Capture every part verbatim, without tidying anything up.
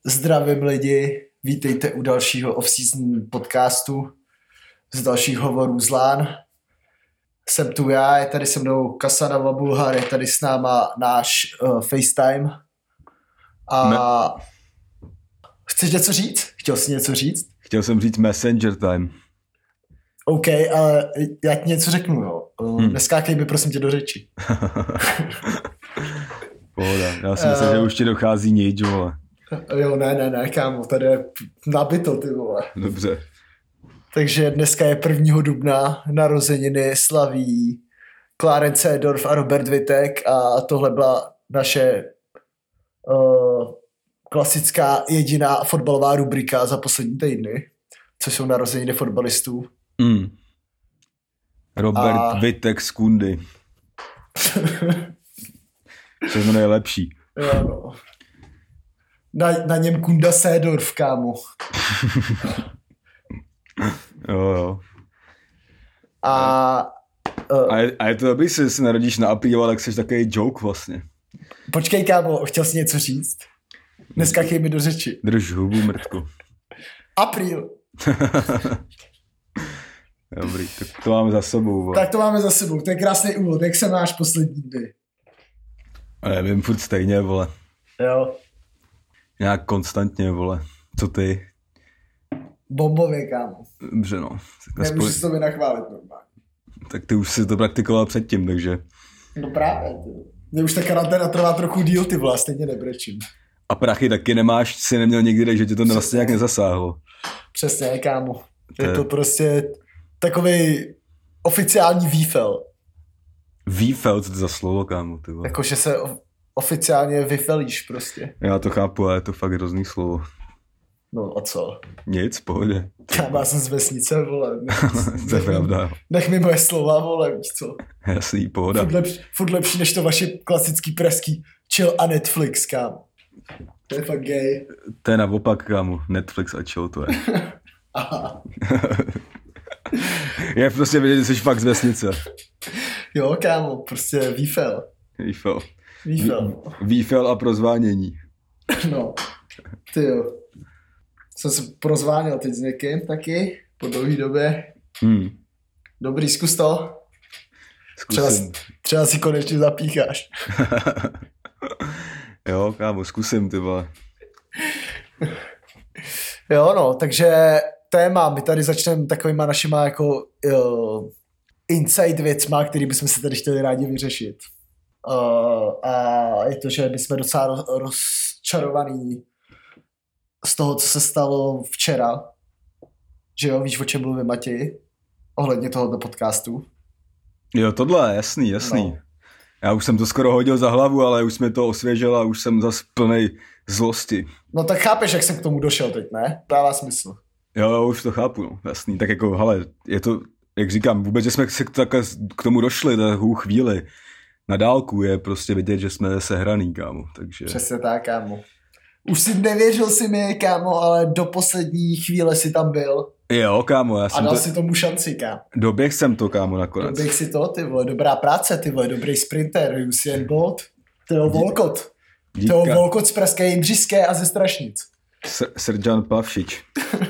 Zdravím lidi, vítejte u dalšího off-season podcastu z dalších hovorů z LAN. Jsem tu já, je tady se mnou Kasanova Bulhar, je tady s náma náš uh, FaceTime. A Me- chceš něco říct? Chtěl jsi něco říct? Chtěl jsem říct Messenger time. OK, ale já ti něco řeknu, jo. Hmm. Neskákej mi prosím tě do řeči. Pohoda, já si myslím, uh, že už ti dochází nic, vole. Jo, ne, ne, ne, kámo, tady je nabito, ty vole. Dobře. Takže dneska je prvního dubna, narozeniny slaví Clarence Seedorf a Robert Vitek a tohle byla naše uh, klasická jediná fotbalová rubrika za poslední týdny, což jsou narozeniny fotbalistů. Mm. Robert a... Vitek z Kundy. Všechno je lepší. Jo, no. Na, na něm Kunda Seedorf, kámo. Jo, jo. A, uh, a, je, a je to dobrý, že se narodíš na apríl, ale jsi takový joke vlastně. Počkej, kámo, chtěl jsi něco říct? Dneska chej mi do řeči. Drž hubu, mrtku. Apríl. Dobrý, tak to máme za sebou. Vole. Tak to máme za sebou, to je krásný úvod. Jak se máš poslední dny? A nevím, furt stejně, vole. Jo. Nějak konstantně, vole. Co ty? Bombově, kámo. Dobře, no. Nemůžu si to vynachválit normálně. Tak ty už si to praktikoval předtím, takže... No právě. Mě už ta karanténa trvá trochu díl, ty vole, stejně nebrečím. A prachy taky nemáš, si neměl nikdy, takže tě to Přesně. vlastně nějak nezasáhlo. Přesně, kámo. Je to, to prostě takovej oficiální výfel. Výfel, co to za slovo, kámo, ty vole. Jakože se oficiálně vyfelíš prostě. Já to chápu, ale je to fakt hrozný slovo. No a co? Nic, pohodě. Kámo, já jsem z vesnice, vole. To je pravda. Nech mi moje slova, vole, víš co? Jasný, pohoda. Furt lepší, furt lepší než to vaše klasický preský chill a Netflix, kámo. To je fakt gay. To je naopak, kámo. Netflix a chill to je. Aha. Je prostě vidět, že jsi fakt z vesnice. Jo, kámo, prostě výfel. Výfel. Výfel. Výfel a prozvánění. No, ty jo. Jsem se prozvánil teď s někým taky, po dlouhý době. Hmm. Dobrý, zkus to. Třeba, třeba si konečně zapícháš. Jo, kámo, zkusím, ty vole. Jo, no, takže téma, my tady začneme takovýma našima jako uh, inside věcma, který bychom se tady chtěli rádi vyřešit. Uh, a je to, že my jsme docela roz, rozčarovaný z toho, co se stalo včera. Že jo, víš, o čem mluvím, Matěj? Ohledně tohoto podcastu. Jo, tohle, jasný, jasný. No. Já už jsem to skoro hodil za hlavu, ale už jsme to osvěžil a už jsem zase plnej zlosti. No tak chápeš, jak jsem k tomu došel teď, ne? Dává smysl. Jo, jo, už to chápu, no, jasný. Tak jako, hele, je to, jak říkám, vůbec, že jsme se takhle k tomu došli, takovou chvíli na dálku je prostě vidět, že jsme sehraný, kámo, takže... Přesně tak, kámo. Už si nevěřil si mi, kámo, ale do poslední chvíle si tam byl. Jo, kámo, já jsem A dal to... si tomu šanci, kámo. Doběh jsem to, kámo, nakonec. Doběh si to, ty vole, dobrá práce, ty vole, dobrý sprinter, Usain Bolt, tyho Volkot. Tyho Volkot z Pražské Jindřišské a ze Strašnic. S- Srdžan Pavšič.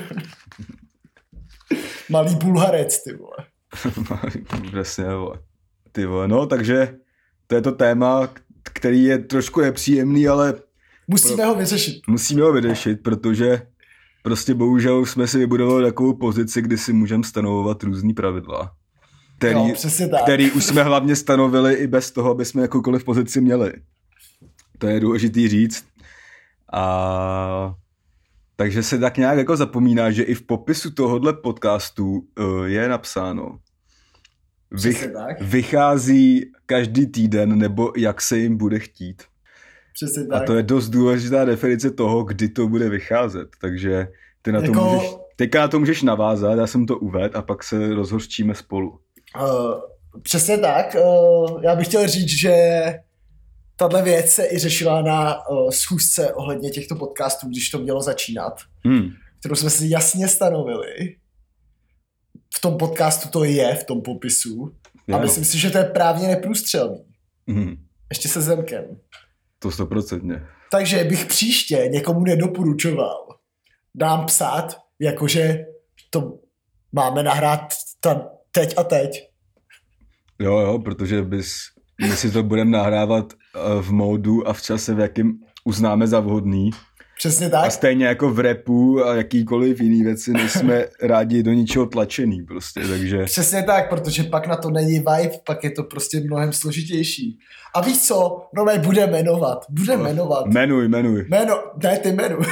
Malý Bulharec, ty vole. Přesně, vole. Ty vole, no, takže to je to téma, který je trošku nepříjemný, ale... Musíme pro... ho vyřešit. Musíme ho vyřešit, protože prostě bohužel jsme si vybudovali takovou pozici, kdy si můžeme stanovovat různý pravidla. Který, jo, který už jsme hlavně stanovili i bez toho, aby jsme jakoukoliv pozici měli. To je důležitý říct. A... Takže se tak nějak jako zapomíná, že i v popisu tohohle podcastu uh, je napsáno. Vych, vychází každý týden, nebo jak se jim bude chtít. Přesně tak. A to je dost důležitá definice toho, kdy to bude vycházet. Takže ty na to jako... můžeš, teďka na to můžeš navázat, já jsem to uvedl a pak se rozhořčíme spolu. Uh, přesně tak. Uh, já bych chtěl říct, že tato věc se i řešila na uh, schůzce ohledně těchto podcastů, když to mělo začínat, hmm. kterou jsme si jasně stanovili. V tom podcastu to je, v tom popisu. Já. A myslím si, že to je právně neprůstřelný. Hmm. Ještě se Zemkem. To stoprocentně. Takže bych příště někomu nedoporučoval nám psát, jakože to máme nahrát tam teď a teď. Jo, jo, protože bys, my si to budeme nahrávat v módu a v čase, v jakým uznáme za vhodný. Přesně tak. A stejně jako v rapu a jakýkoliv jiný věci nejsme rádi do ničeho tlačený prostě, takže... Přesně tak, protože pak na to není vibe, pak je to prostě mnohem složitější. A víš co? No ne, bude jmenovat. Bude no, jmenovat. Jmenuj, jmenuj. Jméno, ne, ty jmenuj.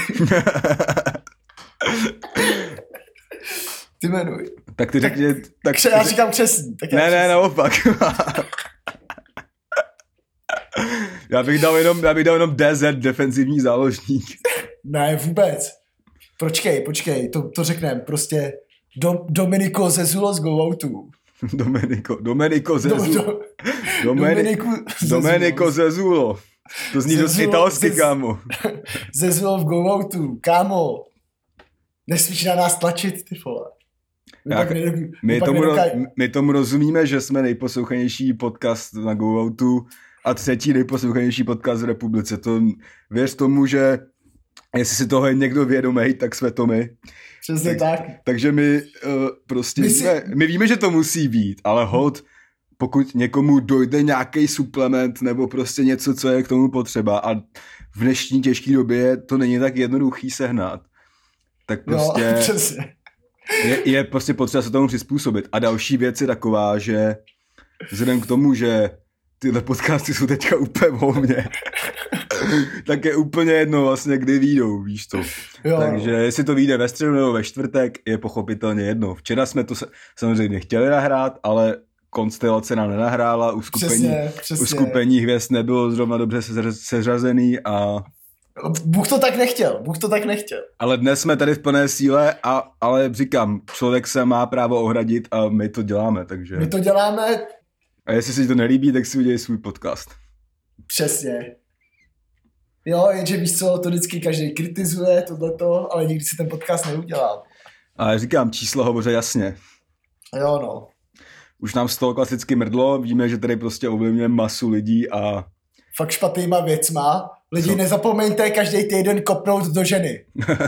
Ty jmenuj. Tak ty řekni... Tak, tak já říkám křesní. Tak ne, ne, naopak. já bych dal jenom, já bych dal jenom D Z, defenzivní záložník. Ne, vůbec. Počkej, počkej, to, to řekneme. Prostě do, Domenico Zezulo z Go Outu. Domenico, Domenico Zezulo. Do, do, Domenico, Zezulo. Domenico Zezulo. To zní dost italsky, Zez, kámo. Zezulo v Go Outu, kámo. Nesmíš na nás tlačit, ty vole. My, Jak, my, my, my, tomu ro, nedokaj... my tomu rozumíme, že jsme nejposlouchanější podcast na Go Outu a třetí nejposlouchanější podcast v republice. To věř tomu, že jestli si toho je někdo vědomý, tak jsme to my. Přesně tak. tak. Takže my uh, prostě my, víme, si... my víme, že to musí být, ale hold, pokud někomu dojde nějaký suplement nebo prostě něco, co je k tomu potřeba a v dnešní těžké době to není tak jednoduchý sehnat, tak prostě... No, přesně. Je, je prostě potřeba se tomu přizpůsobit. A další věc je taková, že vzhledem k tomu, že tyhle podcasty jsou teďka úplně volně, tak je úplně jedno vlastně, kdy vyjdou, víš to. Jo. Takže jestli to vyjde ve středu nebo ve čtvrtek, je pochopitelně jedno. Včera jsme to samozřejmě chtěli nahrát, ale konstelace nám nenahrála, uskupení, přesně, přesně. uskupení hvězd nebylo zrovna dobře seřazený a... Bůh to tak nechtěl, Bůh to tak nechtěl. Ale dnes jsme tady v plné síle, a, ale říkám, člověk se má právo ohradit a my to děláme, takže... My to děláme... A jestli si to nelíbí, tak si udělej svůj podcast. Přesně. Jo, jenže víš co, to vždycky každý kritizuje tohleto, ale nikdy si ten podcast neudělal. A říkám, čísla hovoří jasně. Jo, no. Už nám z toho klasicky mrdlo, víme, že tady prostě ovlivňujeme masu lidí a... Fakt špatnýma věcma. Lidi, co? Nezapomeňte každý týden kopnout do ženy.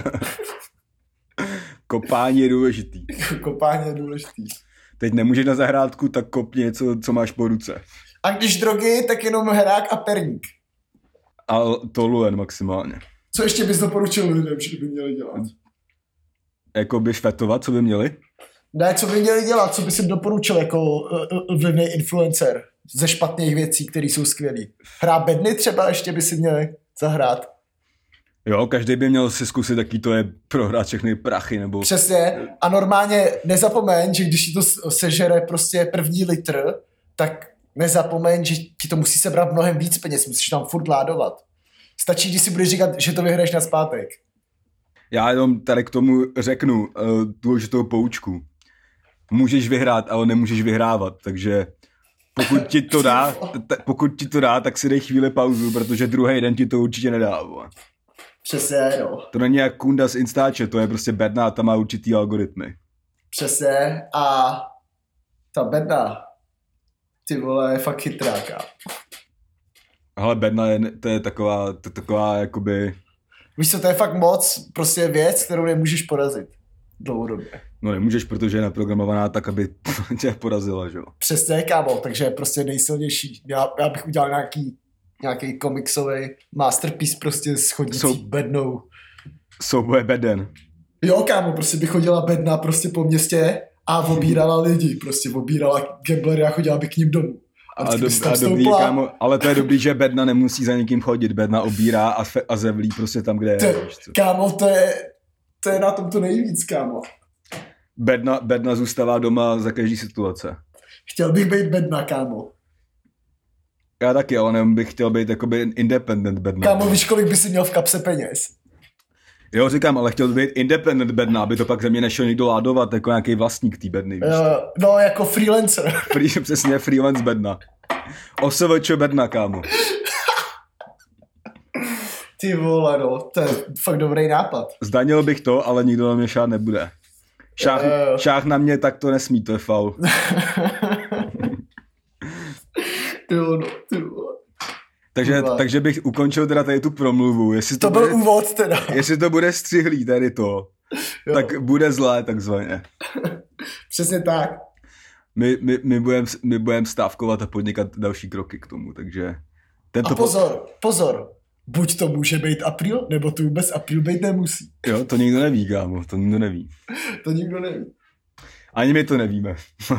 Kopání je důležitý. Kopání je důležitý. Teď nemůžeš na zahrádku, tak kopni něco, co máš po ruce. A když drogy, tak jenom herák a perník. A to luen maximálně. Co ještě bys doporučil lidem, že by měli dělat? Jako by švetovat, co by měli? Ne, co by měli dělat, co bys jim doporučil jako vlivný influencer ze špatných věcí, které jsou skvělý. Hrát bedny třeba ještě by si měli zahrát. Jo, každý by měl si zkusit, jaký to je prohrát všechny prachy, nebo... Přesně. A normálně nezapomeň, že když ti to sežere prostě první litr, tak nezapomeň, že ti to musí sebrat mnohem víc peněz, musíš tam furt ládovat. Stačí, když si budeš říkat, že to vyhraješ na zpátek. Já jenom tady k tomu řeknu uh, důležitou poučku. Můžeš vyhrát, ale nemůžeš vyhrávat, takže pokud ti to dá, t- pokud ti to dá, tak si dej chvíli pauzu, protože druhý den ti to určitě nedá. Přesně, no. To není jak Kunda z Instače, to je prostě bedna a tam má určitý algoritmy. Přesně, a ta bedna, ty vole, je fakt chytrá, kámo. Ale bedna je, to je taková, to je taková jakoby... Víš co, to je fakt moc prostě věc, kterou nemůžeš porazit dlouhodobě. No nemůžeš, protože je naprogramovaná tak, aby tě porazila, že jo? Přesně, kámo, takže prostě nejsilnější. Já, já bych udělal nějaký, nějaký komiksový masterpiece prostě s chodící Sou... bednou. Souboje beden. Jo, kámo, prostě by chodila bedna prostě po městě a obírala lidi, prostě obírala gamblery a chodila by k ním domů. A, a, do, a dobrý, kámo, ale to je dobrý, že bedna nemusí za někým chodit, bedna obírá a, fe, a zevlí prostě tam, kde to, je. Víš co? Kámo, to je, to je na tom to nejvíc, kámo. Bedna, bedna zůstává doma za každý situace. Chtěl bych být bedna, kámo. Já taky, ale nevím, bych chtěl být jakoby independent bedna. Kámo, víš, kolik by si měl v kapse peněz? Jo, říkám, ale chtěl bych být independent bedna, aby to pak ze mě nešel někdo ládovat jako nějaký vlastník té bedny. Víš uh, no, jako freelancer. Free, přesně, freelance bedna. O S V Č bedna, kámo. Ty vole, no, to je fakt dobrý nápad. Zdanil bych to, ale nikdo na mě šát nebude. Šách, uh. šách na mě, tak to nesmí, to je faul. Ty vole, ty vole. takže, takže bych ukončil teda tady tu promluvu. Jestli to, to bude, byl úvod teda. Jestli to bude střihlý tady to, jo. tak bude zlé takzvaně. Přesně tak. My, my, my budeme my budem stávkovat a podnikat další kroky k tomu, takže... Tento a pozor, po... pozor. Buď to může být apríl, nebo to vůbec apríl být nemusí. Jo, to nikdo neví, kámo, to nikdo neví. To nikdo neví. Ani my to nevíme.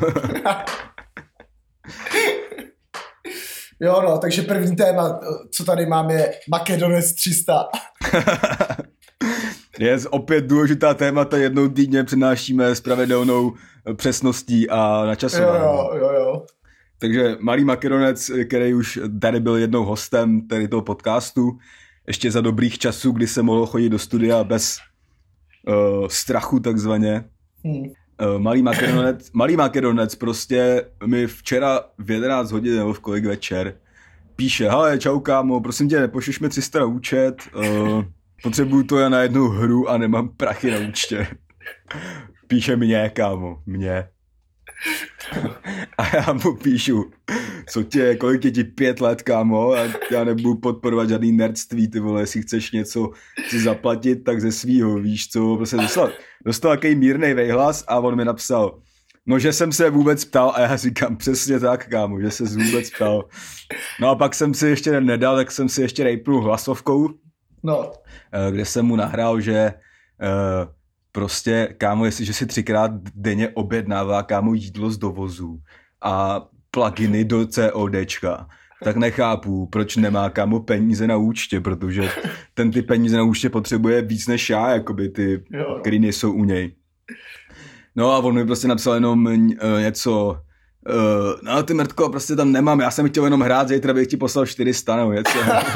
Jo, no, takže první téma, co tady máme, je Makedonec tři sta. Je opět důležitá témata, jednou týdně přinášíme s pravidelnou přesností a načasování. Jo, jo, jo, jo. Takže malý Makedonec, který už tady byl jednou hostem tady toho podcastu, ještě za dobrých časů, kdy se mohl chodit do studia bez uh, strachu takzvaně. Hmm. Uh, malý Makedonec, malý Makedonec prostě mi včera v jedenáct hodin nebo v kolik večer píše, hele čau kámo, prosím tě, nepošleš mi tři sta na účet, uh, potřebuju to já na jednu hru a nemám prachy na účtě. Píše mě, kámo, mě. A já mu píšu, co tě, kolik je ti pět let, kámo, a já nebudu podporovat žádný nerdství, ty vole, jestli chceš něco si zaplatit, tak ze svýho, víš co, prostě dostal, dostal takový mírnej vejhlas a on mi napsal, no, že jsem se vůbec ptal a já říkám, přesně tak, kámo, že se vůbec ptal. No a pak jsem si ještě nedal, tak jsem si ještě rejpnul hlasovkou, no. kde jsem mu nahrál, že uh, prostě, kámo, jestliže si třikrát denně objednává, kámo, jídlo z dovozu a pluginy do CODčka, tak nechápu, proč nemá, kámo, peníze na účtě, protože ten ty peníze na účtě potřebuje víc než já, jakoby ty, který nejsou u něj. No a on mi prostě napsal jenom uh, něco, uh, no ty mrtko, prostě tam nemám, já jsem chtěl jenom hrát, zítra bych ti poslal čtyři sta nebo něco.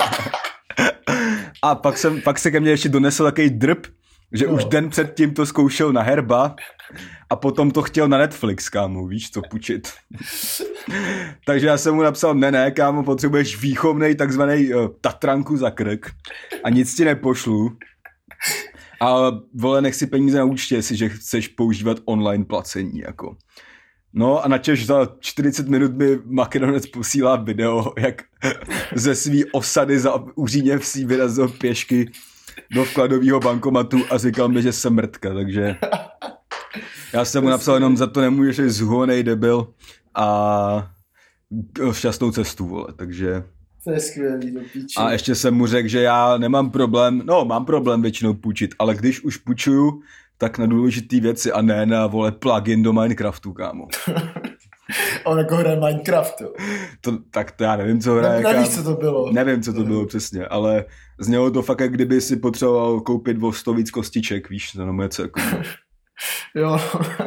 A pak, jsem, pak se ke mně ještě donesl takový drb, že jo. Už den předtím to zkoušel na Herba a potom to chtěl na Netflix, kámo, víš co, půjčit. Takže já jsem mu napsal, ne, ne, kámo, potřebuješ výchovnej takzvaný uh, Tatranku za krk a nic ti nepošlu. A vole, nech si peníze na účtě, jestliže chceš používat online placení, jako. No a načež za čtyřicet minut mi Makedonec posílá video, jak ze svý osady za Uříněv si vyrazil pěšky do vkladového bankomatu a říkal mi, že jsem mrtka, takže já jsem mu napsal jenom, za to nemůžeš, že zhulenej debil a šťastnou cestu, vole, takže... To je skvělý, do píči. A ještě jsem mu řekl, že já nemám problém, no mám problém většinou půjčit, ale když už půjčuju, tak na důležitý věci a ne na, vole, plugin do Minecraftu, kámo. On jako hraje Minecraft, jo. To, tak to já nevím, co hraje. Ne, nevíš, co to bylo. Nevím, co to bylo nevím. Přesně, ale znělo to fakt, jak kdyby si potřeboval koupit o sto víc kostiček, víš, to nemůže co jako... Jo.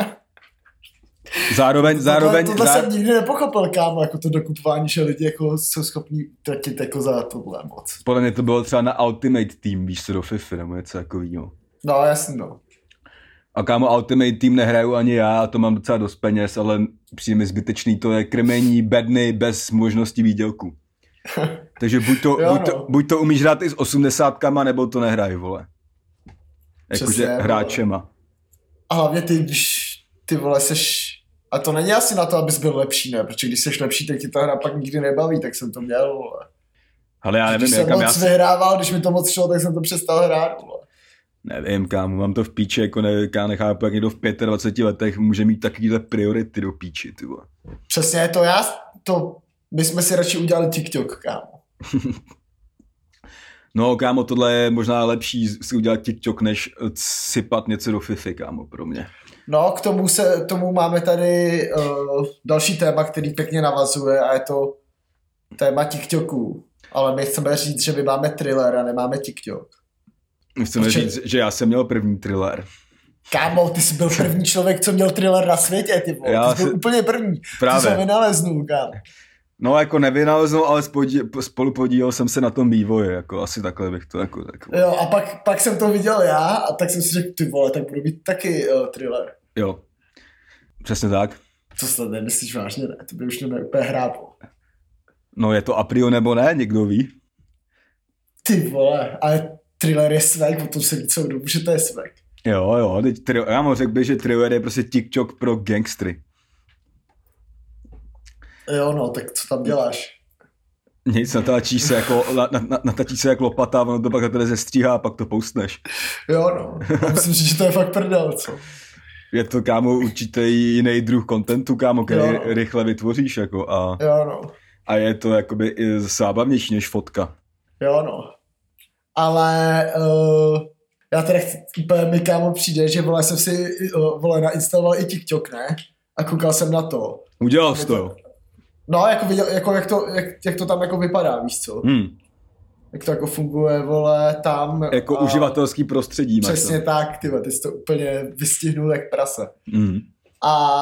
Zároveň, zároveň... Tohle, tohle zá... jsem nikdy nepochopil, kámo, jako to dokupování, že lidi jako jsou schopní tratit jako za tohle moc. Podle mě to bylo třeba na Ultimate Team, víš co, do FIFA, nebo něco takovýho. No, jasně, no. A kámo, Ultimate Team nehraju ani já, a to mám docela dost peněz, ale přijde mi zbytečný, to je krmení bedny bez možnosti výdělku. Takže buď to, jo, buď, to, no. buď to umíš hrát i s osmdesátkama, nebo to nehraj, vole. Jakože hráčema. A hlavně ty, když ty vole seš... A to není asi na to, abys byl lepší, ne? Protože když seš lepší, tak ti ta hra pak nikdy nebaví, tak jsem to měl, vole. Ale já nevím, když jsem moc já... vyhrával, když mi to moc šlo, tak jsem to přestal hrát, vole. Nevím, kámo, mám to v píči, jako ne, já nechápu, jak někdo v dvaceti pěti letech může mít takovýhle priority do píči, ty vole. Přesně, to já, to, my jsme si radši udělali TikTok, kámo. No, kámo, tohle je možná lepší si udělat TikTok, než sypat něco do FIFA, kámo, pro mě. No, k tomu, se, tomu máme tady uh, další téma, který pěkně navazuje a je to téma TikToků. Ale my chceme říct, že my máme thriller a nemáme TikTok. My chceme Protože... říct, že já jsem měl první thriller. Kámo, ty jsi byl první člověk, co měl thriller na světě, ty vole. Ty jsi byl si... úplně první. Právě. Ty jsi ho vynaleznul, kámo. No, jako nevynaleznul, ale spolu podílel jsem se na tom vývoji, jako asi takhle bych to jako... jako... Jo, a pak, pak jsem to viděl já a tak jsem si řekl, ty vole, tak budu mít taky uh, thriller. Jo, přesně tak. Co se nemyslíš vážně, ne? To by už mě úplně hrálo. No, je to aprio nebo ne, někdo ví? Ty vole, ale thriller je swag, potom se ví celou dobu, že to je swag. Jo, jo, teď tri- já mu řekl bych, že thriller je prostě TikTok pro gangstry. Jo, no, tak co tam děláš? Nic, natáčí se jako, na, na, natáčí se jak lopata, ono to pak na tebe zestříhá a pak to postneš. Jo no, já myslím, že to je fakt prdel, co? Je to, kámo, určitě jiný druh kontentu, kámo, který jo, no. rychle vytvoříš, jako a, jo, no. a je to jakoby i zábavnější než fotka. Jo no, ale uh, já teda chci, úplně mi, kámo, přijde, že vole, jsem si uh, vole, nainstaloval i TikTok, ne? A koukal jsem na to. Udělal jsi to, jo? No, jako, viděl, jako jak, to, jak, jak to tam jako vypadá, víš co? Hmm. Jak to jako funguje, vole, tam. Jako a... uživatelský prostředí. Přesně tak, tyhle, ty jsi to úplně vystihnul jak prase. Hmm. A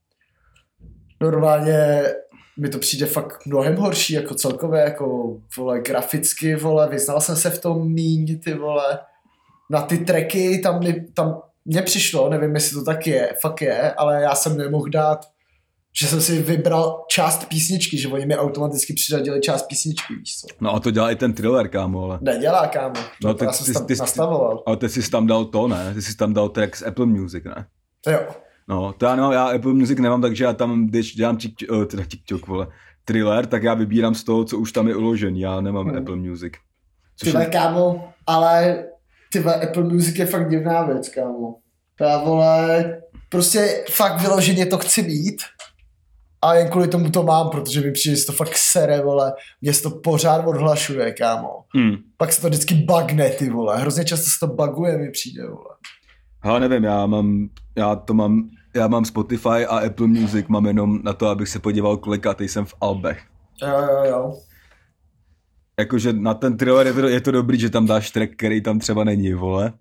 normálně mi to přijde fakt mnohem horší, jako celkově, jako, vole, graficky, vole, vyznal jsem se v tom míň, ty vole, na ty tracky, tam, mi, tam mně přišlo, nevím, jestli to tak je, fakt je, ale já jsem nemohl dát, že jsem si vybral část písničky, že oni mi automaticky přiřadili část písničky, víš co. No a to dělá i ten thriller, kámo, ale. Nedělá, kámo. No, to já jsem tam nastavoval. Ale ty jsi tam dal to, ne? Ty jsi tam dal track z Apple Music, ne? Jo. No, to já nemám, já Apple Music nemám, takže já tam, když dělám TikTok, uh, teda TikTok, vole, thriller, tak já vybírám z toho, co už tam je uložený, já nemám hmm. Apple Music. Tyhle, je... kámo, ale tyhle Apple Music je fakt divná věc, kámo. Já, vole, prostě fakt vyloženě to chci mít a jen kvůli tomu to mám, protože mi přijde, že to fakt sere, vole, mě se to pořád odhlašuje, kámo. Hmm. Pak se to vždycky bugne, ty vole, hrozně často se to buguje, mi přijde, vole. Ale nevím, já mám, já to mám, já mám Spotify a Apple Music mám jenom na to, abych se podíval, kolikátej jsem v albech. Jo, jo, jo. Jakože na ten thriller je to, je to dobrý, že tam dáš track, který tam třeba není, vole.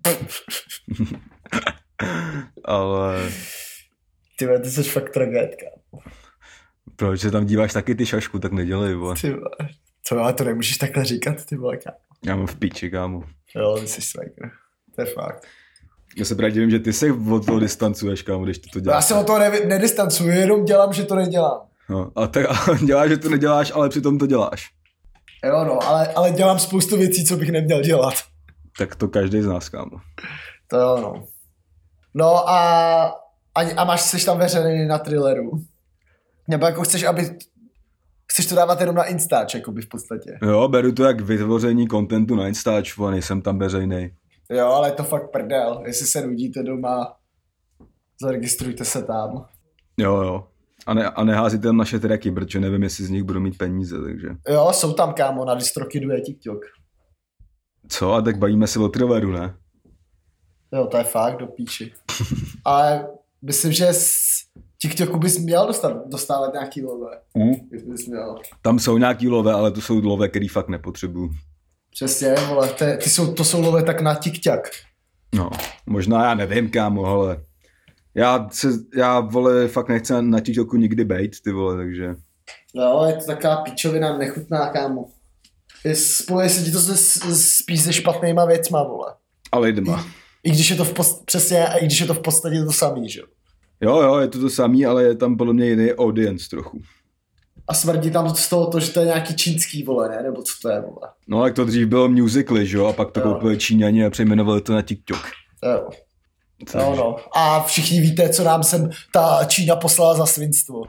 Ale... Tyhle, ty jsi fakt tragédka. Proč se tam díváš taky ty šašku, tak nedělej, vole. Ty vole, co, ale to nemůžeš takhle říkat, ty vole, kámo. Já mám v piči, kámo. Jo, ty jsi swagger, to je fakt. Já se právě divím, že ty se od toho distancuješ, kámo, když ty to děláš. Já se od toho ne- nedistancuju, jenom dělám, že to nedělám. No, a tak děláš, že to neděláš, ale přitom to děláš. Jo, no, ale, ale dělám spoustu věcí, co bych neměl dělat. Tak to každý z nás, kámo. To jo, no. No a, a, a máš, jsi tam veřejný na thrilleru? Nebo jako chceš, aby... Chceš to dávat jenom na Instač, jakoby v podstatě. Jo, beru to jak vytvoření kontentu na Instač, ale nejsem tam veřejný. Jo, ale je to fakt prdel. Jestli se nudíte doma, zaregistrujte se tam. Jo, jo. A, ne, a neházíte tam naše tracky, protože nevím, jestli z nich budu mít peníze, takže... Jo, jsou tam, kámo, na DistroKidu je TikTok. Co? A tak bavíme se o thrilleru, ne? Jo, to je fakt do píči. Ale myslím, že z TikToku bys měl dostat, dostávat nějaký lové. Mm. Bys měl. Tam jsou nějaký lové, ale to jsou lové, který fakt nepotřebuju. Přesně, vole, ty, ty jsou, to jsou lové tak na TikTok. No, možná já nevím, kámo, ale já, se, já vole, fakt nechci na TikToku nikdy bejt, ty vole, takže... Jo, je to taková pičovina nechutná, kámo. Spojuje se ti to se, spíš se špatnýma věcma, vole. A lidma. I, I když je to v post, přesně, a i když je to v podstatě to samý, že jo? Jo, jo, je to to samý, ale je tam podle mě jiný audience trochu. A smrdí tam z toho to, že to je nějaký čínský, vole, ne? Nebo co to je, vole? No, tak to dřív bylo Musical.ly, že jo? A pak to koupili Číňani a přejmenovali to na TikTok. Jo. Jo, no. A všichni víte, co nám sem ta Čína poslala za svinstvo.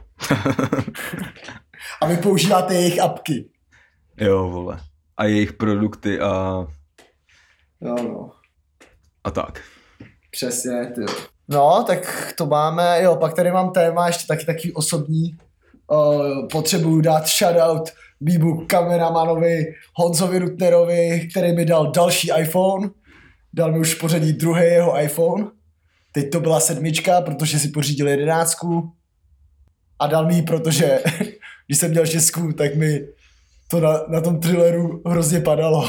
A vy používáte jejich apky. Jo, vole. A jejich produkty a... Jo, no. A tak. Přesně, ty. No, tak to máme, jo, pak tady mám téma ještě taky taky osobní. Uh, potřebuju dát shoutout mýmu kameramanovi Honzovi Rutnerovi, který mi dal další iPhone. Dal mi už pořadí druhý jeho iPhone. Teď to byla sedmička, protože si pořídil jedenáctku. A dal mi ji, protože když jsem měl šestku, tak mi to na, na tom thrilleru hrozně padalo.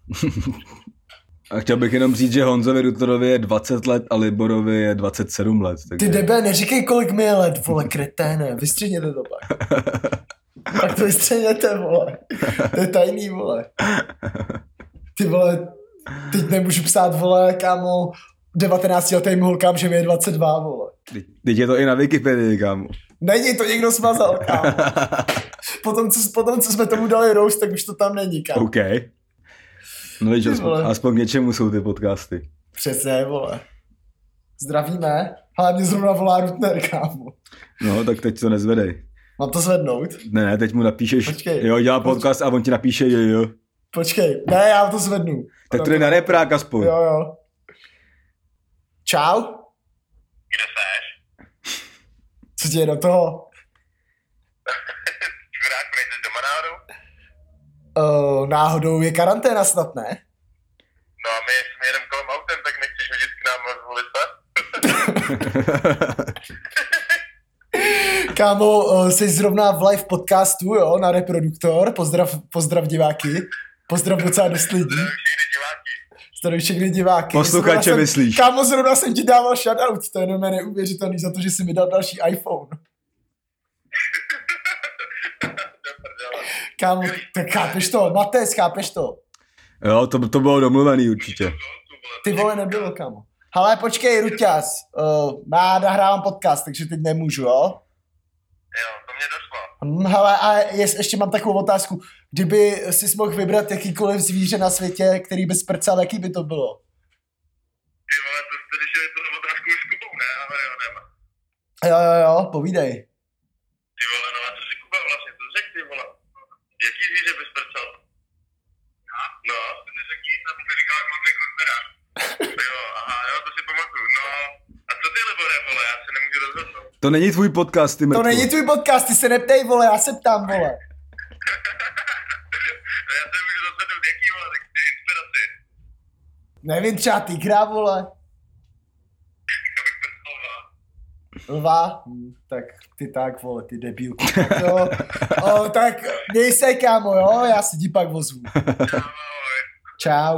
A chtěl bych jenom říct, že Honzovi Rutnerovi je dvacet let a Liborovi je dvacet sedm let. Takže... Ty debe, neříkej, kolik mi je let, vole, kreténe. Vystřihněte to pak. Pak to vystřihněte, vole. To je tajný, vole. Ty vole, teď nemůžu psát, vole, kámo, devatenáctiletým holkám, že mi je dvacet dva, vole. Teď je to i na Wikipedii, kámo. Není, to někdo smazal, kámo. Potom co, potom, co jsme tomu dali roast, tak už to tam není, kámo. OK. No víš, aspoň, aspoň k něčemu jsou ty podcasty. Přesně, vole. Zdravíme. Ale mě zrovna volá Rutner, kámo. No, tak teď to nezvedej. Mám to zvednout? Ne, ne, teď mu napíšeš, Počkej. jo, dělá podcast a on ti napíše jo, jo. Počkej, ne, já to zvednu. Tak to je na reprák aspoň. Jo, jo. Čau. Kde seš? Co ti je do toho? Čurák, nejsi doma náhodou? Uh, náhodou je karanténa snad, ne? No a my jsme jedem kolem autem, tak nechceš hodit k nám z ulice? Kámo, uh, jsi zrovna v live podcastu, jo, na Reproduktor. Pozdrav, pozdrav diváky. Pozdrav docela dost lidí. Zdravím všechny diváky. Zdravím všechny diváky. Posluchače Zrovna jsem- myslíš? Kámo, zrovna jsem ti dával shoutout. To je jenom neuvěřitelný za to, že jsi mi dal další iPhone. Do prdele. Kámo, tak chápeš to? Matec, chápeš to? Jo, to, to bylo domluvený určitě. Co, tu vole, Ty vole, nebylo, kámo. Hele, počkej, Ruťas. Uh, já nahrávám podcast, takže teď nemůžu, jo? Jo, to mě došlo. Hm, hele, a jest, ještě mám takovou otázku. Kdyby si mohl vybrat jakýkoliv zvíře na světě, který by sprcal, jaký by to bylo? Ty vole, to jste řešili tu otázku už s Kubou, ne? Ale jo, nema. Jo, jo, jo, povídej. Ty vole, no a co si Kuba vlastně, to řek ty vole. Jaký zvíře bys prcal? No, ty neřekni, tam to říkal, jak mám rekrutera. Jo, aha, jo, to si pamatuju. No, a co ty, Libore, vole, já se nemůžu rozhodnout. To není tvůj podcast, ty To mrtvo. není tvůj podcast, ty se neptej, vole, já se ptám, vole. No, já se nemůžu rozhodnout, jaký, vole, tak ty inspiraci. Nevím, třeba tygra, vole. Já bych prcal, vole. Lva? Hm, tak ty tak, vole, ty debilku. Tak jo. O, tak měj se, kámo, jo, já si ti pak ozvu. Ahoj. Čau.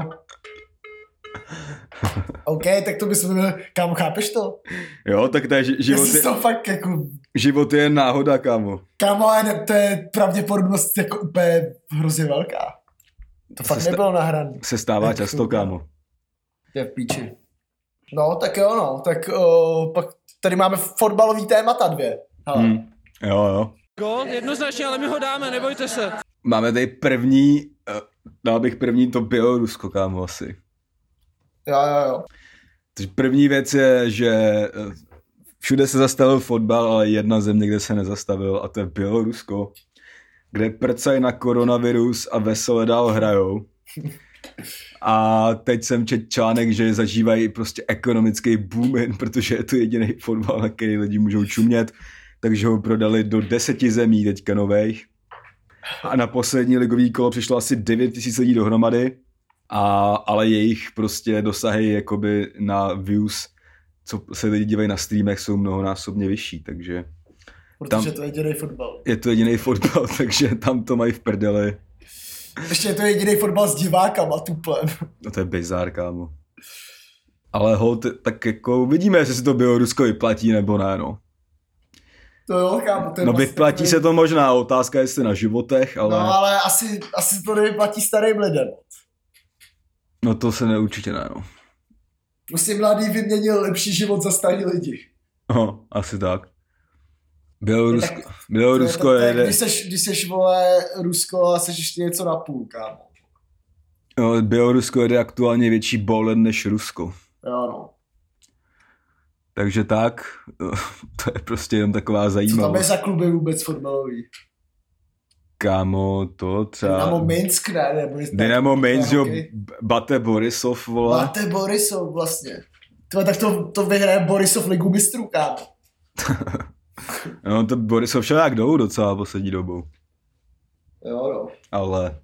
OK, tak to bychom byli, kámo, chápeš to? Jo, tak to je, ži- život, Jestli je, to fakt jako, život je náhoda, kámo. kámo, ale ne, to je pravděpodobnost jako úplně hrozně velká. To fakt sta- nebylo nahrané. Se stává Jak často, to- kámo. To je v píči. No, tak jo, no, tak uh, pak tady máme fotbalový témata dvě. Hele. Hmm. Jo, jo. Gól, jednoznačně, ale my ho dáme, nebojte se. Máme tady první, uh, dal bych první to Bělorusko, kámo, asi. Jo, jo, jo. Takže první věc je, že eh, všude se zastavil fotbal, ale jedna země, kde se nezastavil, a to je Bělorusko, kde prcají na koronavirus a vesele dál hrajou. A teď jsem četl článek, že zažívají prostě ekonomický boom, jen protože je to jediný fotbal, na který lidi můžou čumět, takže ho prodali do deseti zemí teďka nových. A na poslední ligový kolo přišlo asi devět tisíc lidí dohromady, a, ale jejich prostě dosahy jakoby na views, co se lidi dívají na streamech, jsou mnohonásobně vyšší, takže Protože Tam- to je jediný fotbal. je to jediný fotbal, takže tam to mají v prdeli. Ještě je to jediný fotbal s divákama, tuplem. No to je bizár, kámo. Ale hold, tak jako uvidíme, jestli se to Bělorusko vyplatí nebo ne, no. To jo, kámo. To je No vlastně vyplatí takový- se to možná, otázka jestli na životech, ale No, ale asi, asi to nevyplatí starým lidem. no to se ne, určitě ne, no. Prostě mladý vyměnil lepší život za starý lidi. No, asi tak. Bělorusko, Tak- Bělorusko to je, to, je, to je, když seš, když seš, vole, Rusko a seš ještě něco na půl, kámo. no, Bělorusko jede aktuálně větší bowler než Rusko. Jo, no. Takže tak, to je prostě jenom taková Co tam je zajímavost. za kluby vůbec fotbalový? Kámo, to třeba... Dynamo Minsk, ne? Nebo je- Dynamo Minsk, jo, hokej. Bate Borisov, vole. Bate Borisov vlastně. Tyhle, tak to, to vyhraje Borisov ligu mistrů, kámo. No to Borisov šel jak dolů docela poslední dobou. Jo, no. Ale...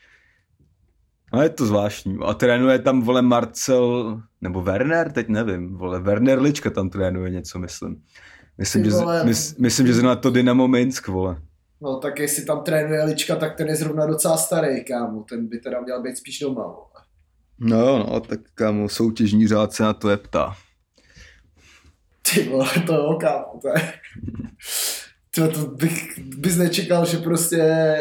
No je to zvláštní. A trénuje tam, vole, Marcel, nebo Werner, teď nevím, vole, Werner Lička tam trénuje něco, myslím. Myslím, Ty že, vole. mys, myslím, že zrovna to Dynamo Minsk, vole. No tak jestli tam trénuje Lička, tak ten je zrovna docela starý, kámo. Ten by teda měl být spíš doma, vole. No jo, no, tak kámo, soutěžní řád se na to je ptá. Ty vole, to jo, kámo, to je... To, to bych, bys nečekal, že prostě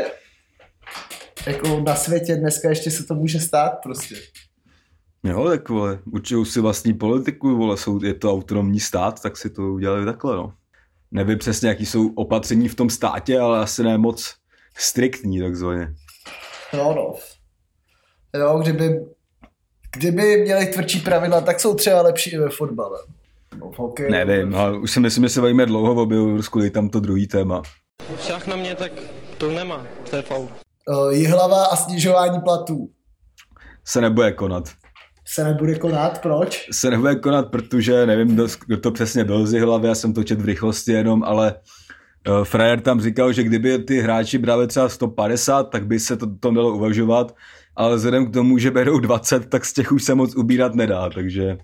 jako na světě dneska ještě se to může stát prostě. Jo, tak vole, určují si vlastní politiku, vole, jsou, je to autonomní stát, tak si to udělali takhle, no. Nevím přesně, jaký jsou opatření v tom státě, ale asi ne moc striktní, takzvaně. Jo, no. Jo, kdyby, kdyby měli tvrdší pravidla, tak jsou třeba lepší i ve fotbale. No, v hokeji. Nevím, ale už si myslím, že se bavíme dlouho o Bělorusku, je tam to druhý téma. Však na mě, tak to nemá, to je faul. Uh, Jihlava a snižování platů. Se nebude konat. Se nebude konat, proč? Se nebude konat, protože nevím, kdo to přesně byl z Jihlavy, já jsem to čet v rychlosti jenom, ale uh, frajer tam říkal, že kdyby ty hráči brali třeba sto padesát, tak by se to, to dalo uvažovat, ale vzhledem k tomu, že berou dvacet, tak z těch už se moc ubírat nedá, takže...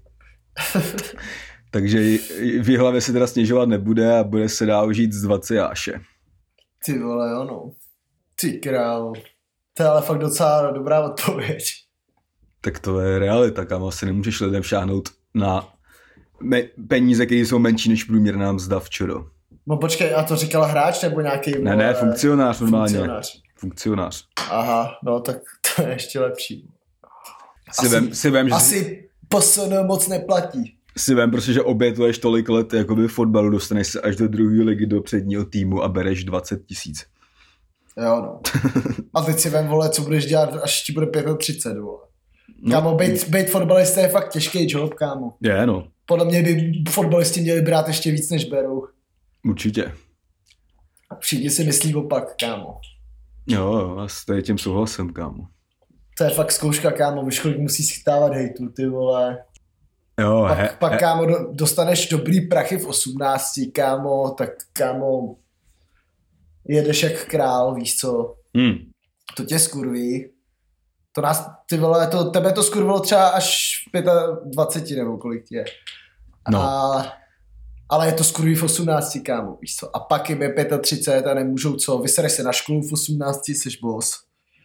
takže v Jihlavě se teda snižovat nebude a bude se dál žít z dvacet jáše. Ty vole, jo no. Ty krávo. To je ale fakt docela dobrá odpověď. Tak to je realita, kam asi nemůžeš lidem šáhnout na me- peníze, které jsou menší než průměrná mzda včera. No počkej, a to říkal hráč nebo nějaký... Ne, ne, funkcionář normálně. Funkcionář. Funkcionář. Aha, no tak to je ještě lepší. Si asi, vem, si vem, že asi P S N moc neplatí. Si vem, protože obětuješ tolik let jakoby fotbalu, dostaneš se až do druhé ligy do předního týmu a bereš dvacet tisíc. Jo no. A teď si vem, vole, co budeš dělat, až ti bude třicet pět, vole. No. Kámo, být, být fotbalista je fakt těžký job, kámo. Je, no. Podle mě by fotbalisti měli brát ještě víc, než berou. Určitě. Všichni si myslí opak, kámo. Jo, jo, já s tady tím souhlasem, kámo. To je fakt zkouška, kámo, víš, kolik musí schytávat hejtu, ty vole. Jo, pak, he, pak he. kámo, do, dostaneš dobrý prachy v osmnácti, kámo, tak kámo, jedeš jak král, víš co. Hmm. To tě skurví. To nás, ty vole, to, tebe to skurvilo třeba až v dvacet pět nebo kolik ti je. No. A, ale je to skurví v osmnácti, kámo, víš co. A pak jim je třicet pět a nemůžou co, vysereš se na školu v osmnácti, jsi boss.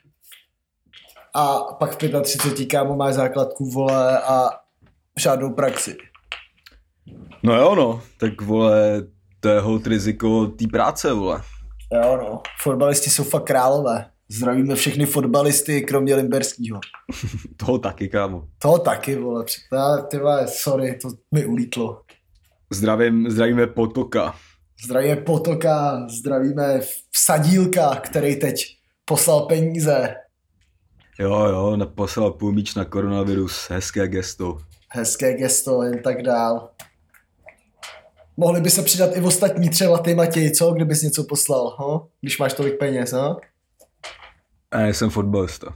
A pak v třicet pět, kámo, máš základku, vole, a žádnou praxi. No jo, no, tak vole, to je hold riziko té práce, vole. Jo, no, fotbalisti jsou fakt králové. Zdravíme všechny fotbalisty, kromě Limberskýho. Toho taky, kámo. Toho taky, vole, ty vole, sorry, to mi ulítlo. Zdravím, zdravíme Potoka. Zdravíme Potoka, zdravíme Vsadílka, který teď poslal peníze. Jo, jo, poslal půl míč na koronavirus, hezké gesto. Hezké gesto, jen tak dál. Mohli by se přidat i v ostatní třeba ty, Matěj, co? Kdybys něco poslal, ho? Když máš tolik peněz, no? Já nejsem fotbalista.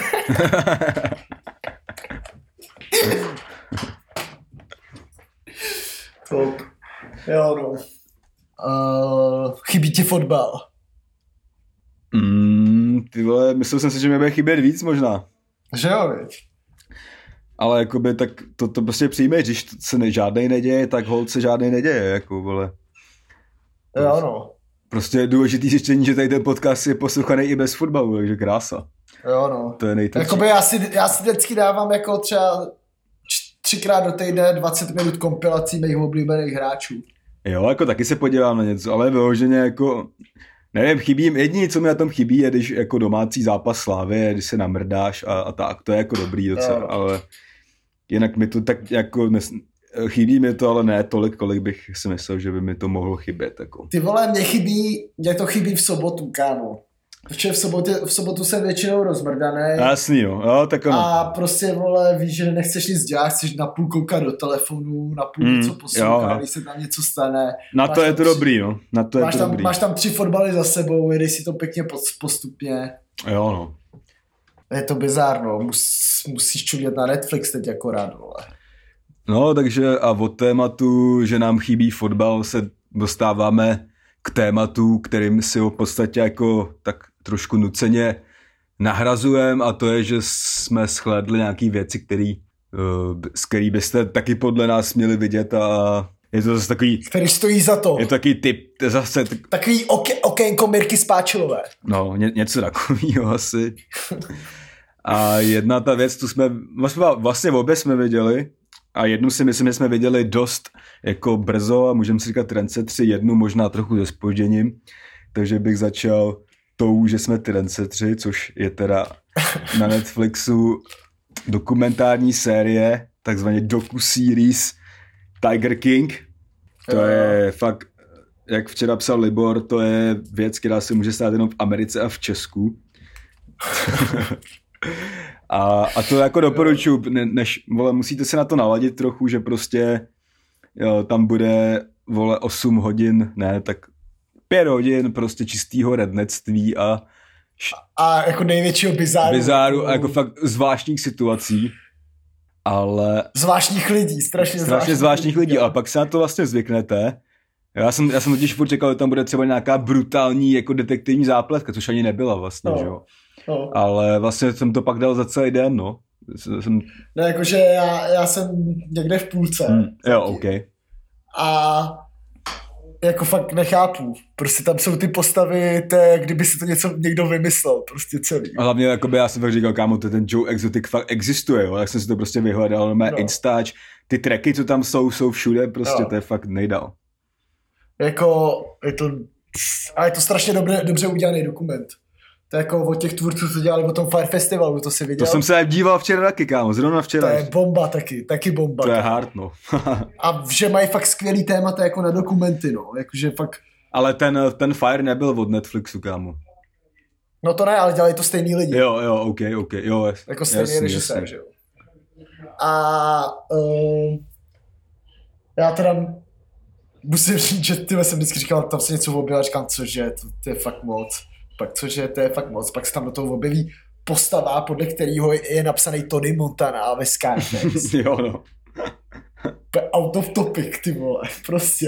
Top. Jo, no. Uh, chybí ti fotbal? Mm, ty vole, myslel jsem si, že mi bude chybět víc možná. Že jo, viď? Ale jakoby tak to, to prostě přijmeš, když se ne, žádnej neděje, tak hold se žádnej neděje, jako vole. Jo, no. Prostě je důležitý zjištění, že tady ten podcast je poslouchaný i bez fotbalu, takže krása. Jo, no. To je nejtvrdší. Jakoby já si, já si vždycky dávám jako třeba třikrát do týdne dvacet minut kompilací mých oblíbených hráčů. Jo, jako taky se podívám na něco, ale vyloženě jako, nevím, chybí, jediné, co mi na tom chybí, je když jako domácí zápas Slávy, když se namrdáš a, a tak, to je jako dobrý docela, jo. Ale jinak mi to tak jako, nes, chybí mi to, ale ne tolik, kolik bych si myslel, že by mi to mohlo chybět. Jako. Ty vole, mě chybí, mě to chybí v sobotu, kámo. Protože v, sobotě, v sobotu jsem většinou rozmrdaný. Jasný, jo. jo tak ono. A prostě, vole, víš, že nechceš nic dělat, chceš napůl koukat do telefonu, napůl mm, něco poslouchat, když se tam něco stane. Na to je to tři, dobrý, no. Na to je máš, to tam, dobrý. máš tam tři fotbaly za sebou, jedeš si to pěkně postupně. Jo, no. Je to bizárno, Mus, musíš čumět na Netflix teď akorát, vole. No, takže a od tématu, že nám chybí fotbal, se dostáváme k tématu, kterým si ho v podstatě jako tak trošku nuceně nahrazujeme, a to je, že jsme shlédli nějaký věci, který, uh, z který byste taky podle nás měli vidět, a je to zase takový... Který stojí za to. Je to takový typ, zase... Tak, takový oké, okénko Mirky Spáčilové. No, ně, něco takového asi. A jedna ta věc, tu jsme, vlastně obě jsme viděli, a jednu si myslím, že jsme viděli dost jako brzo a můžeme si říkat trendsetři, jednu možná trochu se zpožděním, takže bych začal tou, že jsme trendsetři, což je teda na Netflixu dokumentární série, takzvaně docu-series Tiger King. To je fakt, jak včera psal Libor, to je věc, která se může stát jenom v Americe a v Česku. A, a to jako doporučuji, ne, než, vole, musíte se na to naladit trochu, že prostě jo, tam bude, vole, osm hodin, ne, tak pět hodin prostě čistýho rednectví a A jako největšího bizáru. bizáru a jako fakt zvláštních situací, ale... Zvláštních lidí, strašně, strašně zvláštních lidí, ale pak se na to vlastně zvyknete. Já jsem, já jsem totiž furt čekal, že tam bude třeba nějaká brutální jako detektivní zápletka, což ani nebyla vlastně, no. že jo. No. Ale vlastně jsem to pak dal za celý den, no. Jsem... No jakože já, já jsem někde v půlce. Hmm, jo, ok. A jako fakt nechápu. Prostě tam jsou ty postavy, to je, kdyby si to něco někdo vymyslel, prostě celý. A hlavně jakoby, já jsem fakt říkal, kámo, to ten Joe Exotic fakt existuje, jo. Tak jsem si to prostě vyhledal, no mé no. Instač, ty tracky, co tam jsou, jsou všude, prostě no. To je fakt nejdál. Jako, je to, a je to strašně dobře, dobře udělaný dokument. To je jako od těch tvůrců, co dělali o tom Fire Festivalu, to si viděl? To jsem se díval včera taky, kámo, zrovna včera. To je bomba taky, taky bomba. To je hard, no. A že mají fakt skvělý témata jako na dokumenty, no, jakože fakt... Ale ten, ten Fire nebyl od Netflixu, kámo. No to ne, ale dělají to stejný lidi. Jo, jo, ok, ok, jo. Jako stejný režisér, že jo. A uh, já teda musím říct, že tyhle jsem vždycky říkal, tam se něco objevil a říkám, cože, to, to je fakt moc. Pak cože, to je fakt moc. Pak se tam do toho objeví postava, podle kterého je napsaný Tony Montana ve Scarface. Jo, no. Out of topic, ty vole, prostě.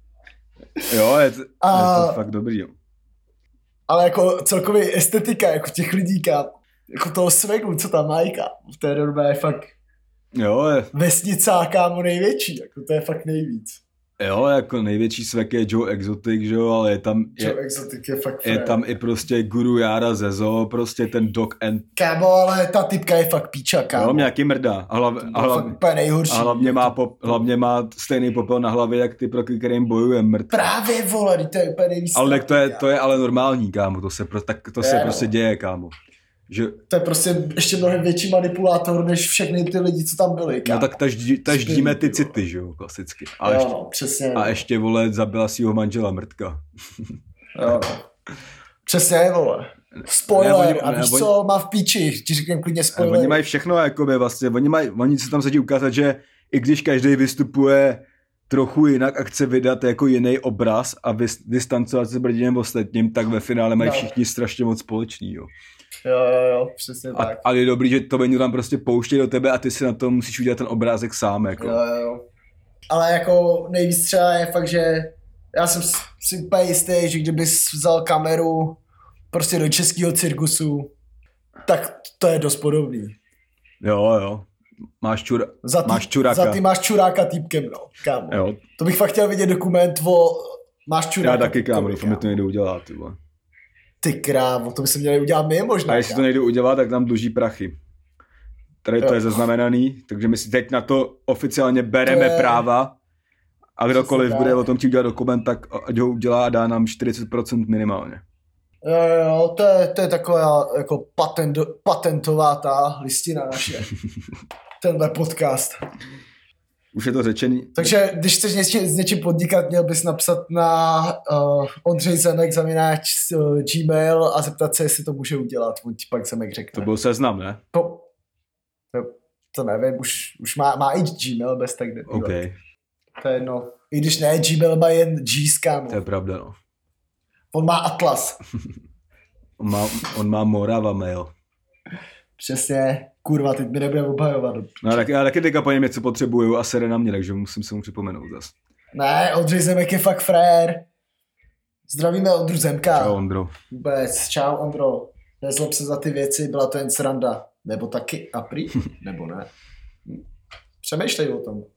Jo, je to, a, je to fakt dobrý, jo. Ale jako celkově estetika, jako těch lidí, kam, jako toho swagu, co tam mají, kámo, to je normálně fakt jo, je. vesnicá, kámo, největší, jako to je fakt nejvíc. Jo, jako největší svek je Joe Exotic, že jo, ale je tam... Joe je, Exotic je fakt je tam i prostě Guru Jara ze Zoo, prostě ten Doc and... Kámo, ale ta typka je fakt píča, kámo. Jo, nějaký mrdá. A, hlav, a, hlav, a hlavně, má pop, hlavně má stejný popel na hlavě, jak ty, proti kterým bojuje mrd. Právě, vole, to je úplně nejvíc. Ale to je, to je ale normální, kámo, to se, pro, tak, to se je, prostě no. děje, kámo. Že... To je prostě ještě mnohem větší manipulátor, než všechny ty lidi, co tam byli, kámo. No tak taždí, taždíme ty city, že jo, klasicky. A, jo, ještě, no, přesně. A ještě, vole, zabila svýho manžela mrtka. Jo, no. Přesně, vole. Spoiler, ne, a víš ne, co, má v píči, ti řekněm klidně spoiler. Oni mají všechno, jakoby vlastně, oni, mají, oni se tam sedí ukázat, že i když každý vystupuje trochu jinak a chce vydat jako jiný obraz a vys, distancovat se proti těm ostatním, tak ve finále mají no. všichni strašně moc společný, jo. Jo, jo, jo, přesně a, tak. Ale je dobrý, že to někdo tam prostě pouští do tebe a ty si na to musíš udělat ten obrázek sám, jako. Jo, jo. Ale jako nejvíc třeba je fakt, že já jsem si úplně jistý, že kdybys vzal kameru prostě do českého cirkusu, tak to je dost podobný. Jo, jo. Máš, čura, za ty, máš čuráka. Za ty máš čuráka týpkem, no, kámo. Jo. To bych fakt chtěl vidět dokument o máš čuráka. Já taky, kámo, doufám, že to nejde udělat, ty vole. Ty krávo, to by se měli udělat my možná. A jestli kámo. To nejde udělat, tak tam dluží prachy. Tady jo. To je zaznamenaný, takže my si teď na to oficiálně bereme to je... práva a kdokoliv bude o tom chtít udělat dokument, tak ať ho udělá a dá nám čtyřicet procent minimálně. Jo, jo, to je, to je taková jako patent, patentová ta listina naše. Tenhle podcast. Už je to řečený. Takže když chceš něč, s něčím podnikat, měl bys napsat na uh, Ondřej Zemek zavináč uh, Gmail a zeptat se, jestli to může udělat. On ti pak Zemek řekne. To byl seznam, ne? To, to, to nevím, už, už má, má i Gmail bez tak debilek. Okay. To je jedno. I když ne, Gmail má jen G, kámo. To je pravda, no. On má Atlas. on, má, on má Morava mail. Přesně. Kurva, teď mi nebude obhajovat. No, tak, já taky teďka po něm něco potřebuju a sere na mě, takže musím se mu připomenout zase. Ne, Ondřej Zemek je fakt frér. Zdravíme Ondru Zemka. Čau, Ondro. Vůbec, čau, Ondro. Nezlob se za ty věci, byla to jen sranda. Nebo taky aprý? Nebo ne? Přemýšlej o tom.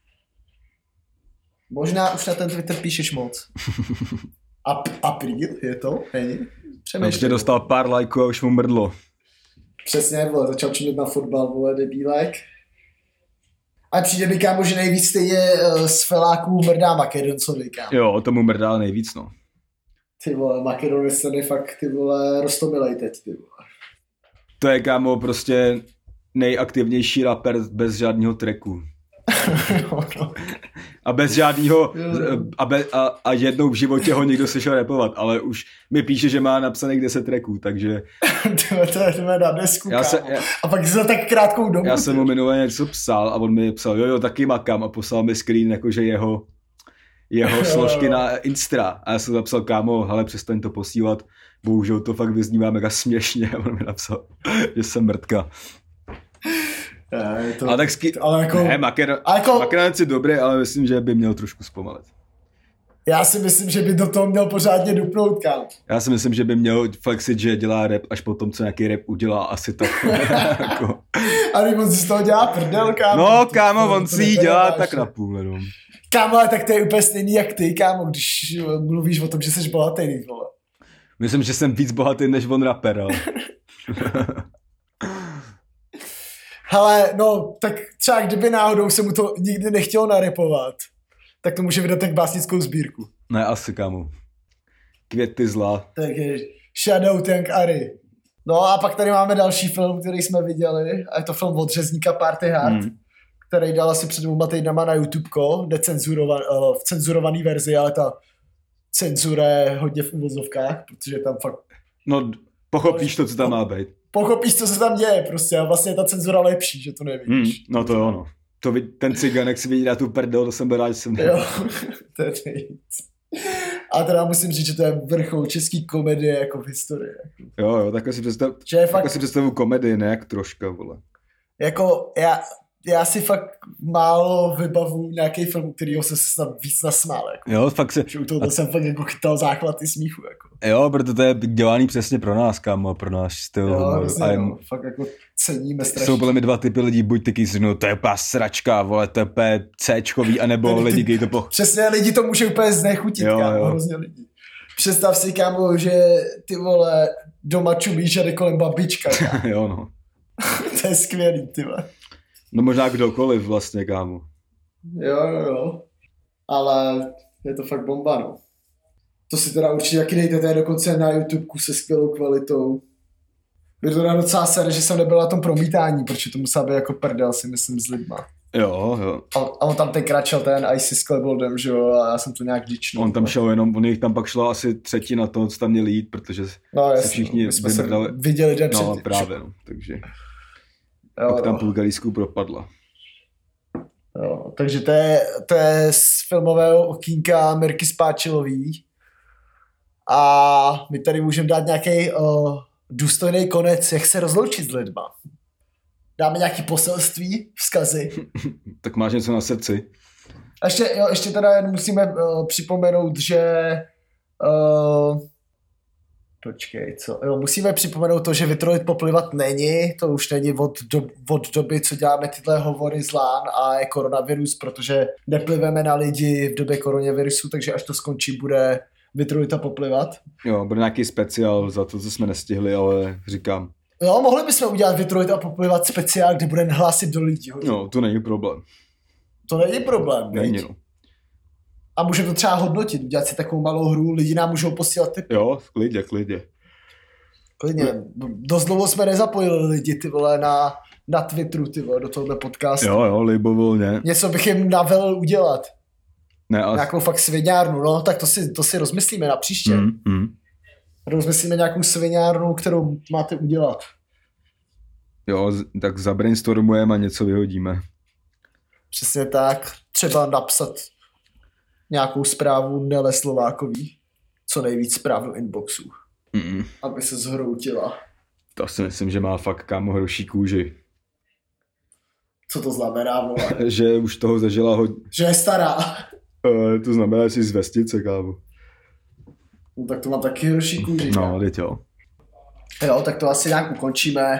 Možná už na ten Twitter píšeš moc. Ap- apríl je to? Není? Přemýšlej. Ještě dostal pár lajků a už mu mrdlo. Přesně, vole, začal činit na fotbal, vole, debílek. A přijde mi, kámo, že nejvíc stejně uh, z feláků mrdá Makedoncovi, kámo. Jo, tomu mrdá nejvíc, no. Ty vole, Makedonec je fakt, ty vole, roztomilej teď, ty vole. To je, kámo, prostě nejaktivnější rapper bez žádného tracku. no, no. A bez žádného, a, be, a, a jednou v životě ho někdo slyšel rapovat, ale už mi píše, že má napsaných deset tracků, takže... to je na desku, já se, já, a pak za tak krátkou dobu. Já jsem mu minule něco psal a on mi psal, jo, jo, taky makám a poslal mi screen, jakože jeho, jeho složky na Instra. A já jsem napsal, kámo, hele, přestaň to posílat. Bohužel to fakt vyznívá mega směšně. A on mi napsal, že jsem mrtka. Je, to, ale tak sky... ale jako, ne, Maker... jako, Makeranec je dobrý, ale myslím, že by měl trošku zpomalit. Já si myslím, že by do toho měl pořádně dupnout, kam. Já si myslím, že by měl flexit, že dělá rap až potom, co nějaký rap udělá, asi tak. jako... Ale on si z toho dělá prdel, kámo. No, kámo, on si ji dělá tak na půl, jenom. Kámo, ale tak to je úplně stejný jak ty, kámo, když mluvíš o tom, že jsi bohatý, vole. Myslím, že jsem víc bohatý, než on rapper, ale... Hele, no, tak třeba kdyby náhodou se mu to nikdy nechtělo narepovat, tak to může vydat tak básnickou sbírku. Ne, asi, kámo. Květy zla. Takže Shoutout Young Ari. No a pak tady máme další film, který jsme viděli, a je to film od řezníka Party Hard, hmm. který dal asi před dvěma týdnama na YouTubeko, decenzurovan, uh, v cenzurovaný verzi, ale ta cenzura je hodně v uvozovkách, protože tam fakt... No, pochopíš to, co tam má být. Pochopíš, co se tam děje prostě a vlastně je ta cenzura lepší, že to nevíš. Hmm, no to jo, no. To vid, ten ciganek si vidí na tu prdel, to jsem byl rád, že jsem nevěděl. Jo, to je nejvíc. A teda musím říct, že to je vrchol český komedie jako v historii. Jo, jo, takhle si, představ, fakt, takhle si představu komedii, ne jak troška, vole. Jako, já, já si fakt málo vybavu nějaký film, kterýho jsem se snad víc nasmál. Jako. Jo, fakt se... Že u toho a... jsem fakt jako chytal záchvaty smíchu. Jako. Jo, protože to je dělaný přesně pro nás, kámo, pro náš styl. Jo, vlastně, jim... jo, fakt jako ceníme strašně. Jsou podle mě dva typy lidí, buď ty kýsi, no to je úplně sračka, vole, to je úplně C-čkový, anebo lidi, kteří to po... Přesně, lidi to může úplně znechutit, jo, kámo, jo. Hrozně lidí. Představ si, kámo, že ty vole doma čumíš a jde kolem babička, kámo. Jo, no. To je skvělý, ty vole. No možná kdokoliv vlastně, kámo. Jo, jo, jo. Ale je to fakt bomba, no. To si teda určitě taky dejte, to je dokonce na YouTubeku se skvělou kvalitou. Mě to dá docela sere, že jsem nebyl na tom promítání, protože to musela být jako prdel, si myslím, s lidma. Jo, jo. A, a on tam tenkrát šel ten Icy s Kleboldem, že jo, a já jsem to nějak dičnul. On tam šel jenom, on jich tam pak šlo asi třetina toho, co tam měli jít, protože no, se všichni jsme se viděli den no, před. právě, no, takže jo, pak tam jo. půlka lístků propadla. Jo, takže to je, to je z filmového okýnka Mirky Spáčilový. A my tady můžeme dát nějaký uh, důstojný konec, jak se rozloučit s lidma. Dáme nějaký poselství, vzkazy. Tak máš něco na srdci? A ještě, jo, ještě teda jen musíme uh, připomenout, že uh, počkej, co? Jo, musíme připomenout to, že vytrolit poplivat není, to už není od, do, od doby, co děláme tyhle hovory z lán a je koronavirus, protože nepliveme na lidi v době koronavirusu, takže až to skončí, bude vytrolit a poplivat. Jo, bude nějaký speciál za to, co jsme nestihli, ale říkám. Jo, mohli bychom udělat vytrojit a poplivat speciál, kde bude hlásit do lidí. Hodně. No, to není problém. To není problém, není, no. A můžeme to třeba hodnotit, udělat si takovou malou hru, lidi nám můžou posílat typy. Jo, klidně, klidně. Klidně. Dost dlouho jsme nezapojili lidi, ty vole, na, na Twitteru, ty vole, do tohohle podcastu. Jo, jo, libovolně. Něco bych jim navelil udělat. Ne, ale... Nějakou fakt sviňárnu, no, tak to si, to si rozmyslíme na příště. Mm, mm. Rozmyslíme nějakou sviňárnu, kterou máte udělat. Jo, tak zabrainstormujeme a něco vyhodíme. Přesně tak. Třeba napsat nějakou zprávu Nele Slovákový, co nejvíc zpráv do inboxu. Mm. Aby se zhroutila. To si myslím, že má fakt kámo hroší kůži. Co to znamená, vole? Že už toho zažila hodně. Že je stará. Uh, to znamená, že jsi z vestice, kámo. No tak to má taky hroší kůži. No, teď jo. Jo, tak to asi nějak ukončíme.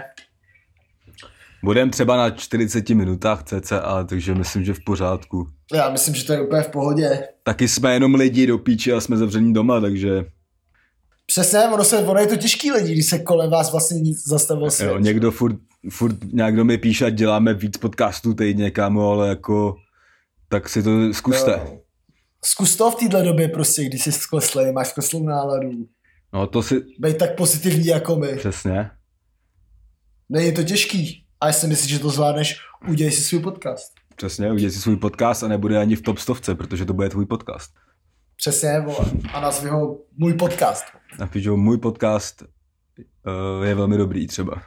Budeme třeba na čtyřiceti minutách cca, takže myslím, že v pořádku. Já myslím, že to je úplně v pohodě. Taky jsme jenom lidi do píči a jsme zavření doma, takže... Přesně, ono, se, ono je to těžký lidi, když se kolem vás vlastně nic zastavil svět. Jo, někdo furt, furt někdo mi píše, děláme víc podcastů týdně, kámo, ale jako... Tak si to zkuste. Jo. Zkus to v této době prostě, když jsi skleslej, máš skleslou náladu. No to si... Bej tak pozitivní jako my. Přesně. Není to těžký. A jestli myslíš, že to zvládneš, udělej si svůj podcast. Přesně, udělej si svůj podcast a nebude ani v top stovce, protože to bude tvůj podcast. Přesně, vole. A nazvi ho můj podcast. Napíš ho, můj podcast uh, je velmi dobrý třeba.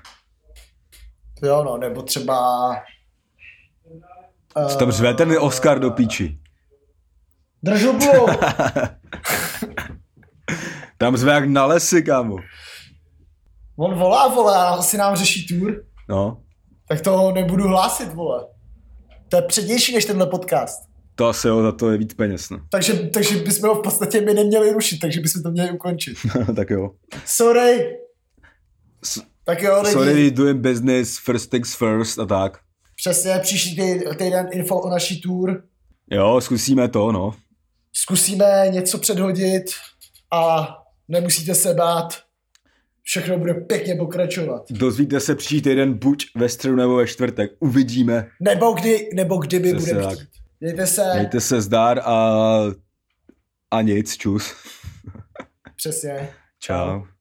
Jo, no, nebo třeba... Co tam řve ten Oscar do píči? Drž hubu! Tam jsme jak na lesy, kámo. On volá, vole, a asi nám řeší tour. No, Tak to nebudu hlásit, vole. To je přednější než tenhle podcast. to asi jo, za to je víc peněz, no. Takže, takže bychom ho v podstatě my neměli rušit, takže bychom to měli ukončit. Tak jo. Sorry. S- Tak jo, lidi. Sorry, doing business, first things first a tak. Přesně, příští tý- týden info o naší tour. Jo, zkusíme to, no. Zkusíme něco předhodit a nemusíte se bát. Všechno bude pěkně pokračovat. Dozvíte se příští týden buď ve středu nebo ve čtvrtek. Uvidíme. Nebo kdy, nebo kdyby Přesně budeme tak. chtít. Mějte se. Mějte se zdar a, a nic, čus. Přesně. Čau.